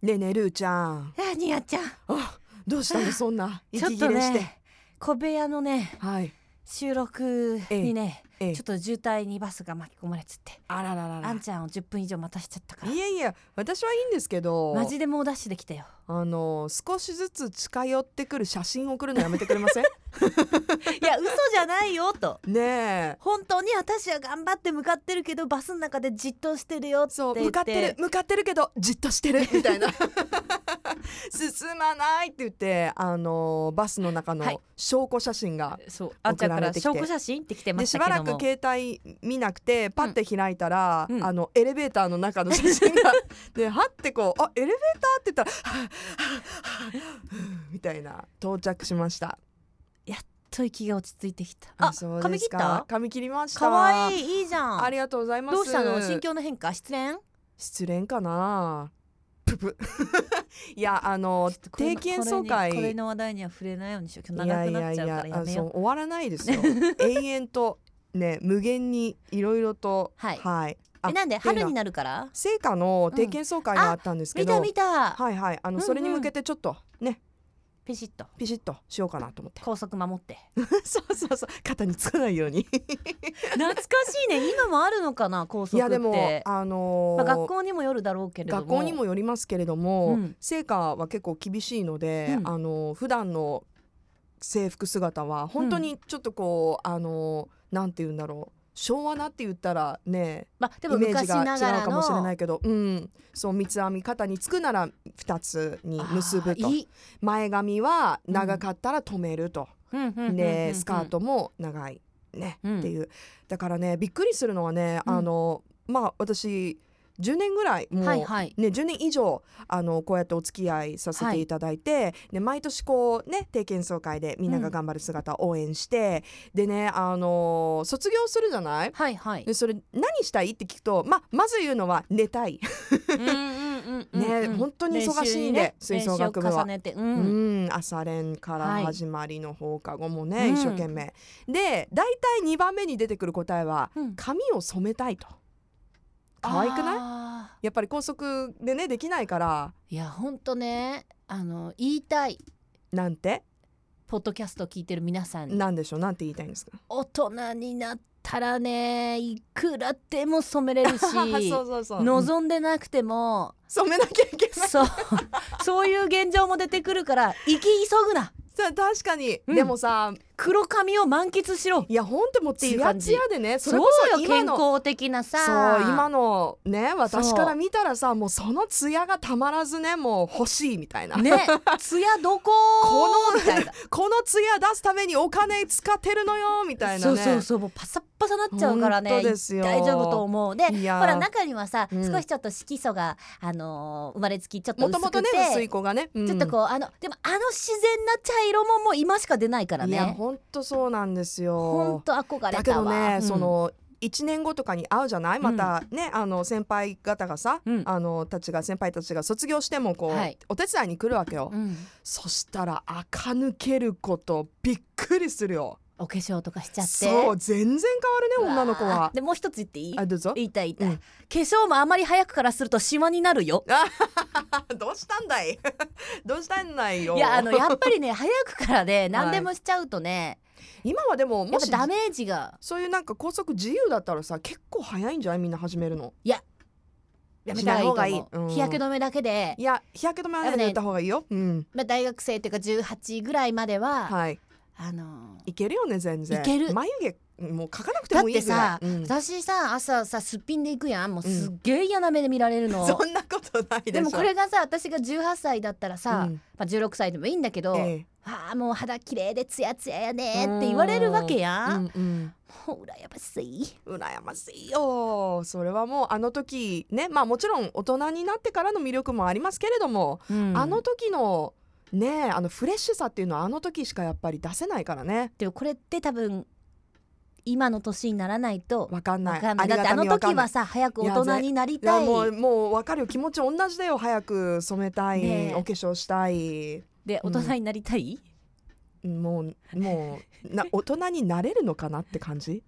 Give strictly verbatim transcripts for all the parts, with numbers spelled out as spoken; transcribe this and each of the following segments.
ねえねえルーちゃん、 あにやちゃん、 あどうしたのそんなちょっと息切れして、 ね小部屋のねはい収録にね、 ええちょっと渋滞にバスが巻き込まれちゃって、 あらららら、 あんちゃんをじゅっぷん以上待たしちゃったからいやいや私はいいんですけど、 マジでもうダッシュできたよ。 あの少しずつ近寄ってくる写真を送るのやめてくれませんいや嘘じゃないよと、 ねえ、 本当に私は頑張って向かってるけどバスの中でじっとしてるよって言って、 そう向かってる向かってるけどじっとしてるみたいな進まないって言ってあのバスの中はいの証拠写真が、 そうあんちゃんから送られてきて証拠写真って来てまでしたけども、 しばらく携帯見なくてパッて開いたら、 うんあのエレベーターの中の写真がではってこうあエレベーターって言ったらはぁはぁはぁみたいな到着しました。 やっと息が落ち着いてきた。あ、 そう髪切ったですか。髪切りました。 かわいい、いいじゃん。 ありがとうございます。 どうしたの、心境の変化、失恋？ 失恋かな。ププいやあの定期演奏会、 これの話題には触れないようにしよう。今日長くなっちゃうからやめよう。 いやいやいやあそう終わらないですよ永遠とね無限にいろいろと、 はい、 はい、あえなんでっていうのは春になるから？ 聖火の定期演奏会があったんですけど、 見た見た、 はいはいあの、 うんうん、 それに向けてちょっとねピシッとピシッとしようかなと思って高速守ってそうそうそう肩につかないように懐かしいね。今もあるのかな高速って。 いやでもあのーまあ、学校にもよるだろうけれども、 学校にもよりますけれども、 うん、 聖火は結構厳しいので、 うん、 あのー普段の制服姿は本当にちょっとこう、うん、あのーなんて言うんだろう昭和なって言ったらね、 まあ、でもイメージが昔ながらの違うかもしれないけど、うん、そう三つ編み肩につくならふたつに結ぶと、 いい前髪は長かったら留めると、 うん、 でスカートも長いね、 うん、 っていうだからねびっくりするのはね、うん、あのまあ私じゅうねんぐらいもう、 はいはい、 ね、じゅうねん以上あのこうやってお付き合いさせていただいて、はい、で毎年こうね定期演奏会でみんなが頑張る姿を応援して、うん、でねあの卒業するじゃない、 はいはい、 でそれ何したいって聞くと、ま、まず言うのは寝たいね、本当に忙しいんで、ね、吹奏楽部は、ねうんうん、朝練から始まりの放課後もね、はい、一生懸命、うん、でだいたいにばんめに出てくる答えは、うん、髪を染めたいと。可愛くない？やっぱり高速でねできないから。 いやほんとねあの言いたい。なんて？ポッドキャスト聞いてる皆さんに。 なんでしょう、なんて言いたいんですか？ 大人になったらねいくらでも染めれるしそうそうそう、望んでなくても、 うん、染めなきゃいけない。 そうそういう現状も出てくるから生き急ぐな。 確かに、 うん、 でもさ黒髪を満喫しろ。 いやほんともうツヤツヤでね、 それこそ今の健康的なさ、 そう今のね私から見たらさもうそのツヤがたまらずねもう欲しいみたいなねツヤどここのこのツヤ出すためにお金使ってるのよみたいなね。 そうそうそうもうパサッパサなっちゃうからね大丈夫と思う。でほら中にはさ、うん、少しちょっと色素が、あのー、生まれつきちょっと薄くてもともとね薄い子がね、うん、 ちょっとこうあのでもあの自然な茶色ももう今しか出ないからね。 いやほんとそうなんですよ。 ほんと憧れたわ。 だけどね、 うん、 そのいちねんごとかに会うじゃない、またね、うん、あの先輩方がさ、うん、あのたちが先輩たちが卒業してもこう、はい、お手伝いに来るわけよ、うん、そしたら垢抜けることびっくりするよ。 お化粧とかしちゃってそう全然変わるね女の子は。 でもう一つ言っていい？ あどうぞ。 言いたい言いたい、うん、化粧もあまり早くからするとシワになるよどうしたんだいどうしたんだいよ。 いやあのやっぱりね早くからで、ね、何でもしちゃうとね、 はい、今はでももしダメージがそういうなんか高速自由だったらさ結構早いんじゃないみんな始めるの。 いややめた方がいいと思う、うん、日焼け止めだけで。 いや日焼け止めはやった方がいいよ、うんまあ、大学生っていうかじゅうはちぐらいまでは、 はいあのー、 いけるよね全然。 いける。 眉毛もう描かなくてもいいぐらい。 だってさ、うん、私さ朝さすっぴんで行くやんもうすっげえ嫌な目で見られるの、 うん、そんなことないでしょ。 でもこれがさ私がじゅうはっさいだったらさ、うんまあ、じゅうろくさいでもいいんだけど、ええ、あもう肌綺麗でツヤツヤやねって言われるわけやん、うんうん、もう羨ましい羨ましいよ。それはもうあの時ねまあもちろん大人になってからの魅力もありますけれども、うん、あの時のねあのフレッシュさっていうのはあの時しかやっぱり出せないからね。 でもこれって多分今の年にならないと分かんない。 だってあの時はさ早く大人になりたい。 いやもう、もう分かるよ気持ち同じだよ。早く染めたい、ね、お化粧したいで大人になりたい、 うん、もうもうな大人になれるのかなって感じ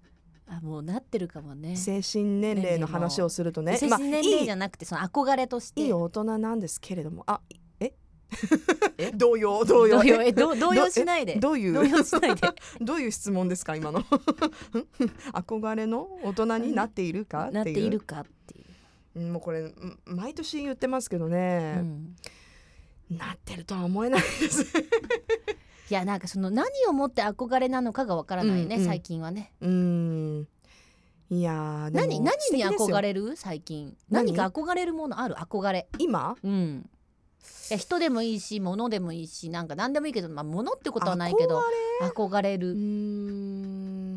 あもうなってるかもね。 精神年齢の話をするとね、 精神年齢じゃなくてその憧れとしていい大人なんですけれども、あええ動揺動揺動揺えど動揺しないでどういう動揺しないでどういう質問ですか今の憧れの大人になっているかっていう、 なっているかっていう、 もうこれ毎年言ってますけどね、うん、なってるとは思えないですいやなんかその何をもって憧れなのかがわからないね、うんうん、最近はね。 うんいやでも何何に憧れる最近何か憧れるものある憧れ今、 うん、いや人でもいいし物でもいいしなんか何でもいいけど、まあ、物ってことはないけど憧れる。うーん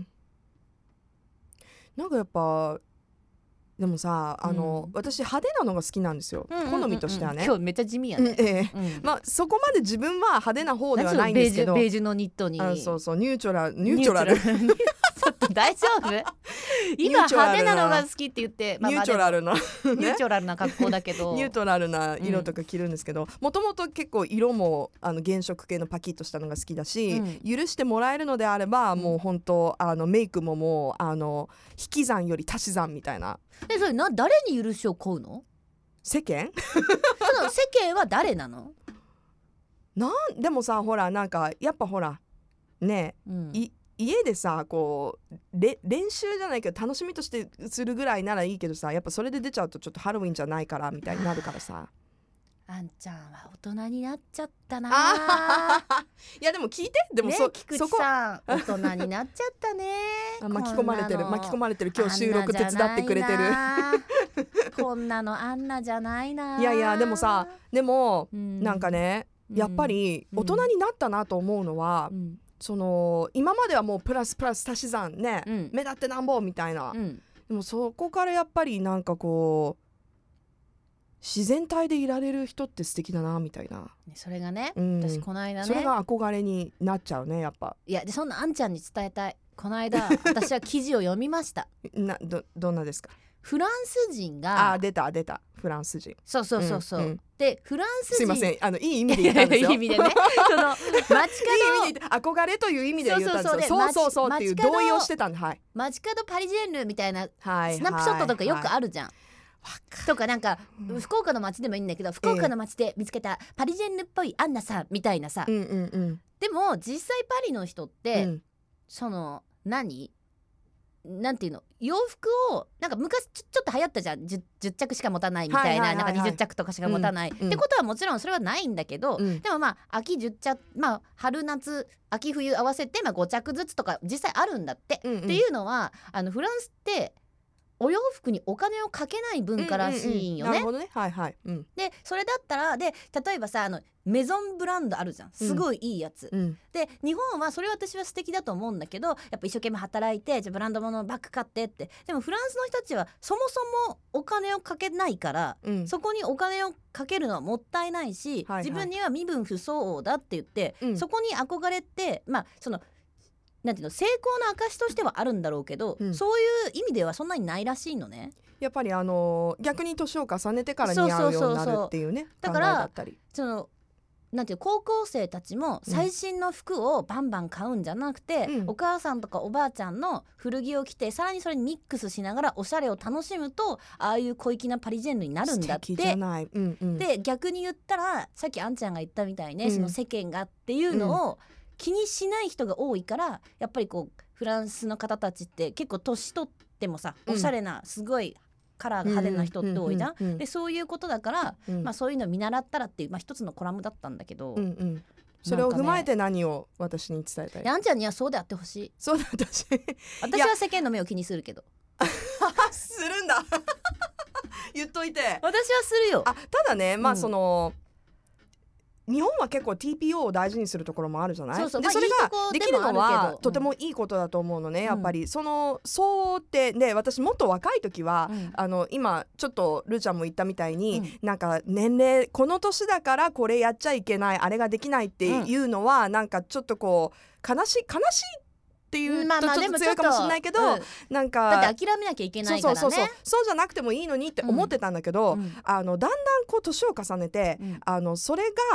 なんかやっぱでもさあの、うん、私派手なのが好きなんですよ、うんうんうんうん、好みとしてはね。 今日めっちゃ地味やね、うんええうんまあ、そこまで自分は派手な方ではないんですけどベージュ、ベージュのニットにあそうそうニュートラルニュートラルちょっと大丈夫今派手なのが好きって言って、 まあ、ニュートラルな、ね、 ニュートラルな格好だけどニュートラルな色とか着るんですけどもともと結構色もあの原色系のパキッとしたのが好きだし、うん、許してもらえるのであれば、うん、もう本当あのメイクももうあの引き算より足し算みたいな。 えそれな誰に許しを請うの？ 世間その世間は誰なの？ なんでもさほらなんかやっぱほらねえ、うん、い家でさこう練習じゃないけど楽しみとしてするぐらいならいいけどさやっぱそれで出ちゃうとちょっとハロウィンじゃないからみたいになるからさあんちゃんは大人になっちゃったないやでも聞いてでもそ、 ね、菊池さん大人になっちゃったね巻き込まれてる巻き込まれてる今日収録手伝ってくれてるこんなのあんなじゃないないやいやでもさでも、うん、なんかねやっぱり大人になったなと思うのは、うんその今まではもうプラスプラス足し算ね、うん、目立ってなんぼみたいな、うん、でもそこからやっぱりなんかこう自然体でいられる人って素敵だなみたいな。 それがね、うん、私この間ねそれが憧れになっちゃうねやっぱ。 いやでそんなあんちゃんに伝えたい。この間私は記事を読みましたな ど, どんなですか？ フランス人があ出た出たフランス人そうそうそうそう、うんうん、でフランス人すいませんあのいい意味で言ったんですよいい意味でねその街角いい意味で憧れという意味で言ったんですよ。そうそうそうっていう同意をしてたんで、はい、 街角パリジェンヌみたいなスナップショットとかよくあるじゃん、はいはいはい、とかなんか、うん、福岡の街でもいいんだけど福岡の街で見つけたパリジェンヌっぽいアンナさんみたいなさ、うんうんうん、でも実際パリの人って、うん、その何なんていうの洋服をなんか昔ち ょ, ちょっと流行ったじゃん 10, じゅっ着しか持たないみたいな、はいはいはいはい、なんかにじゅっ着とかしか持たない、うん、ってことはもちろんそれはないんだけど、うん、でもまあ秋じゅっ着、まあ、春夏秋冬合わせてまあご着ずつとか実際あるんだって、うんうん、っていうのはあのフランスってお洋服にお金をかけない文化らしいんよね。 なるほどね、はいはい、うん、 でそれだったらで例えばさあのメゾンブランドあるじゃんすごいいいやつ、うん、で日本はそれ私は素敵だと思うんだけどやっぱ一生懸命働いてじゃブランド物のバッグ買ってってでもフランスの人たちはそもそもお金をかけないから、うん、そこにお金をかけるのはもったいないし、はいはい、自分には身分不相応だって言って、うん、そこに憧れってまあそのなんていうの成功の証としてはあるんだろうけど、うん、そういう意味ではそんなにないらしいのね。 やっぱりあのー、逆に年を重ねてから似合うようになるっていうねだからそのなんていう高校生たちも最新の服をバンバン買うんじゃなくて、うん、お母さんとかおばあちゃんの古着を着てさらにそれにミックスしながらおしゃれを楽しむとああいう小粋なパリジェンヌになるんだって。 素敵じゃない、うんうん、 で逆に言ったらさっきあんちゃんが言ったみたいね、うん、その世間がっていうのを、うん気にしない人が多いからやっぱりこうフランスの方たちって結構年取ってもさおしゃれなすごいカラーが派手な人って多いじゃん、うんうんうんうん、でそういうことだから、うんまあ、そういうのを見習ったらっていう、まあ、一つのコラムだったんだけど、うんうん、 それを踏まえて何を私に伝えたい？ あんちゃんにはそうであってほしい。 そうだ私私は世間の目を気にするけどするんだ言っといて私はするよ。 あただねまあその、うん日本は結構 ティーピーオー を大事にするところもあるじゃない。 そうそうでそれができるのはとてもいいことだと思うのね、うん、やっぱりそのそうってで私もっと若い時は、うん、あの今ちょっとルーちゃんも言ったみたいに、うん、なんか年齢この年だからこれやっちゃいけないあれができないっていうのは、うん、なんかちょっとこう悲しい悲しいっていうとちょっと強いかもしれないけど、まあまあうん、なんかだって諦めなきゃいけないからね。 そうそうそうそうそうじゃなくてもいいのにって思ってたんだけど、うん、あのだんだんこう年を重ねて、うん、あのそれが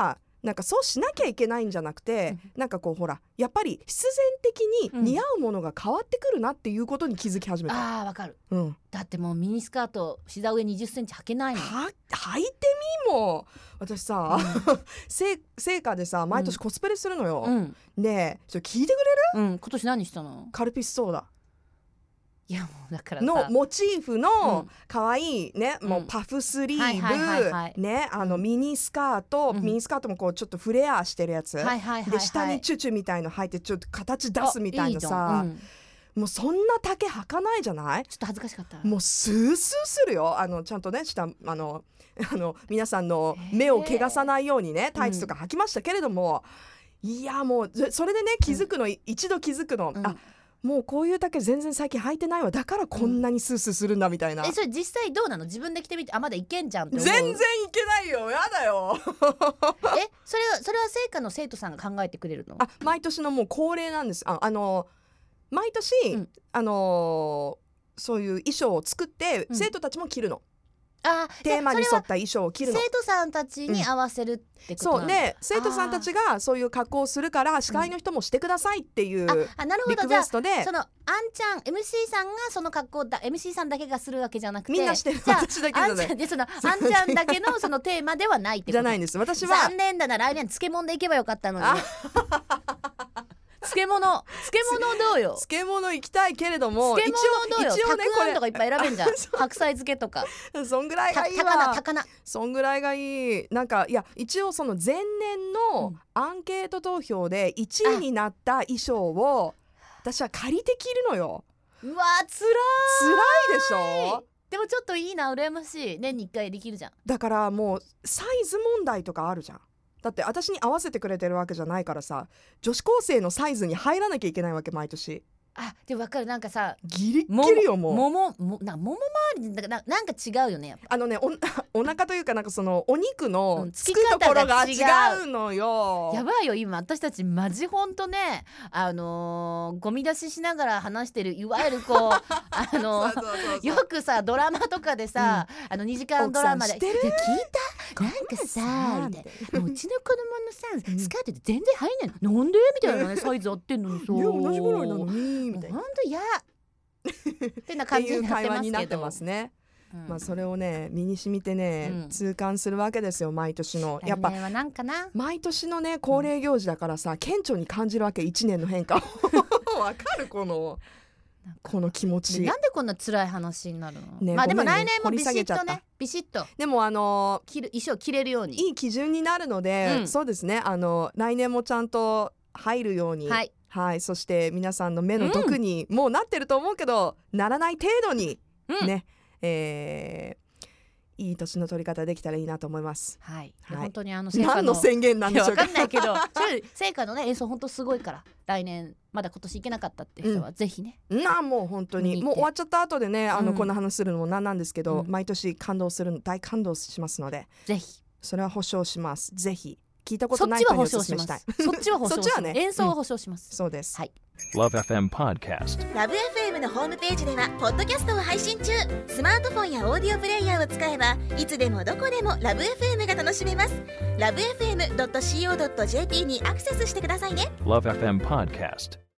なんかそうしなきゃいけないんじゃなくて、うん、なんかこうほらやっぱり必然的に似合うものが変わってくるなっていうことに気づき始めた、うん、 あーわかる、 うん、 だってもうミニスカート膝上にじゅっセンチ履けないのは履いてみも私さ、うん、聖火でさ毎年コスプレするのよ、うん、でちょっと聞いてくれる、 うん、今年何したの？ カルピスソーダいやもうだからさのモチーフの可愛いね、うん、もうパフスリーブね、あのミニスカート、うん、ミニスカートもこうちょっとフレアしてるやつ、はいはいはいはい、で下にチュチュみたいの入ってちょっと形出すみたいなさ、いい、うん、もうそんな丈履かないじゃない？ ちょっと恥ずかしかった。 もうスースーするよ、あのちゃんとね下あのあの皆さんの目を汚さないようにねタイツとか履きましたけれども、うん、いやもうそれでね気づくの、うん、一度気づくの、うん、あもうこういう丈全然最近履いてないわ、だからこんなにスースーするんだみたいな、 うん、えそれ実際どうなの？自分で着てみてあまだいけんじゃんって思う？ 全然いけないよ、やだよえそれはそれは聖火の生徒さんが考えてくれるの？ あ毎年のもう恒例なんです。ああの毎年、うん、あのそういう衣装を作って、うん、生徒たちも着るの。あテーマに沿った衣装を着るの。 生徒さんたちに合わせるってことなんだ、うん、 そうで生徒さんたちがそういう格好をするから司会の人もしてくださいっていうリクエストで、あ、なるほど、じゃあそのあんちゃん エムシー さんがその格好だ エムシー さんだけがするわけじゃなくてみんなしてる、私だけじゃない、 あんちゃんでそのあんちゃんだけのそのテーマではないってことじゃないんです。私は残念だな、来年漬物でいけばよかったのに漬物漬物どうよ。 漬物行きたいけれども漬物どうよ。一応ねこれとかいっぱい選べんじゃん白菜漬けとかそんぐらいがいいわ。 高菜高菜そんぐらいがいい。なんかいや一応その前年のアンケート投票でいちいになった衣装を私は借りて着るのよ。 うわーつらいつらいでしょ。 でもちょっといいな、羨ましい。年にいっかいできるじゃん。 だからもうサイズ問題とかあるじゃん。だって私に合わせてくれてるわけじゃないからさ、女子高生のサイズに入らなきゃいけないわけ毎年。 あでも分かる、なんかさギリッギリよもうもももなもも周りでなんかなんか違うよねやっぱ。 あのね お, お腹というかなんかそのお肉のつくところが違うのよ、 うん、やばいよ今私たちマジほんとねあのー、ゴミ出ししながら話してるいわゆるこうあのー、よくさドラマとかでさ、うん、あのにじかんドラマで聞いたなんかさみたいなうちの子供のさ、うん、スカートで全然入んないのなんでみたいな、ね、サイズ合ってんのにさいや同じぐらいなのにみたいな、 ほんと嫌ってな感じになってますけど、っていう会話になってますね、 うん、まあそれをね身に染みてね、うん、痛感するわけですよ毎年の。やっぱなんかな毎年のね恒例行事だからさ、うん、顕著に感じるわけいちねんの変化わかるこのこの気持ち。 なんでこんな辛い話になるの、ね、まあでも来年もビシッとねビシッとでもあの着る衣装着れるようにいい基準になるので、うん、そうですねあの来年もちゃんと入るように、はいはい、そして皆さんの目の毒にもうなってると思うけど、うん、ならない程度に、うん、ね、えー、いい年の取り方できたらいいなと思います。 はい、はい、本当にあの聖火の何の宣言なんでしょうか。 わかんないけど聖火のね演奏本当すごいから来年まだ今年行けなかったって人は、うん、ぜひね。 なあもう本当にもう終わっちゃった後でねあの、うん、こんな話するのもなんなんですけど、うん、毎年感動する大感動しますのでぜひそれは保証します。ぜひ聞いたことない人にお勧めしたい。 そっちは保証します。そっちはね演奏は保証します、 うん、そうです。 はい。 Love エフエム Podcast Love エフエム のホームページではポッドキャストを配信中。スマートフォンやオーディオプレイヤーを使えばいつでもどこでも Love エフエム が楽しめます。 ラブエフエムドットシーオードットジェーピー にアクセスしてくださいね。 Love エフエム Podcast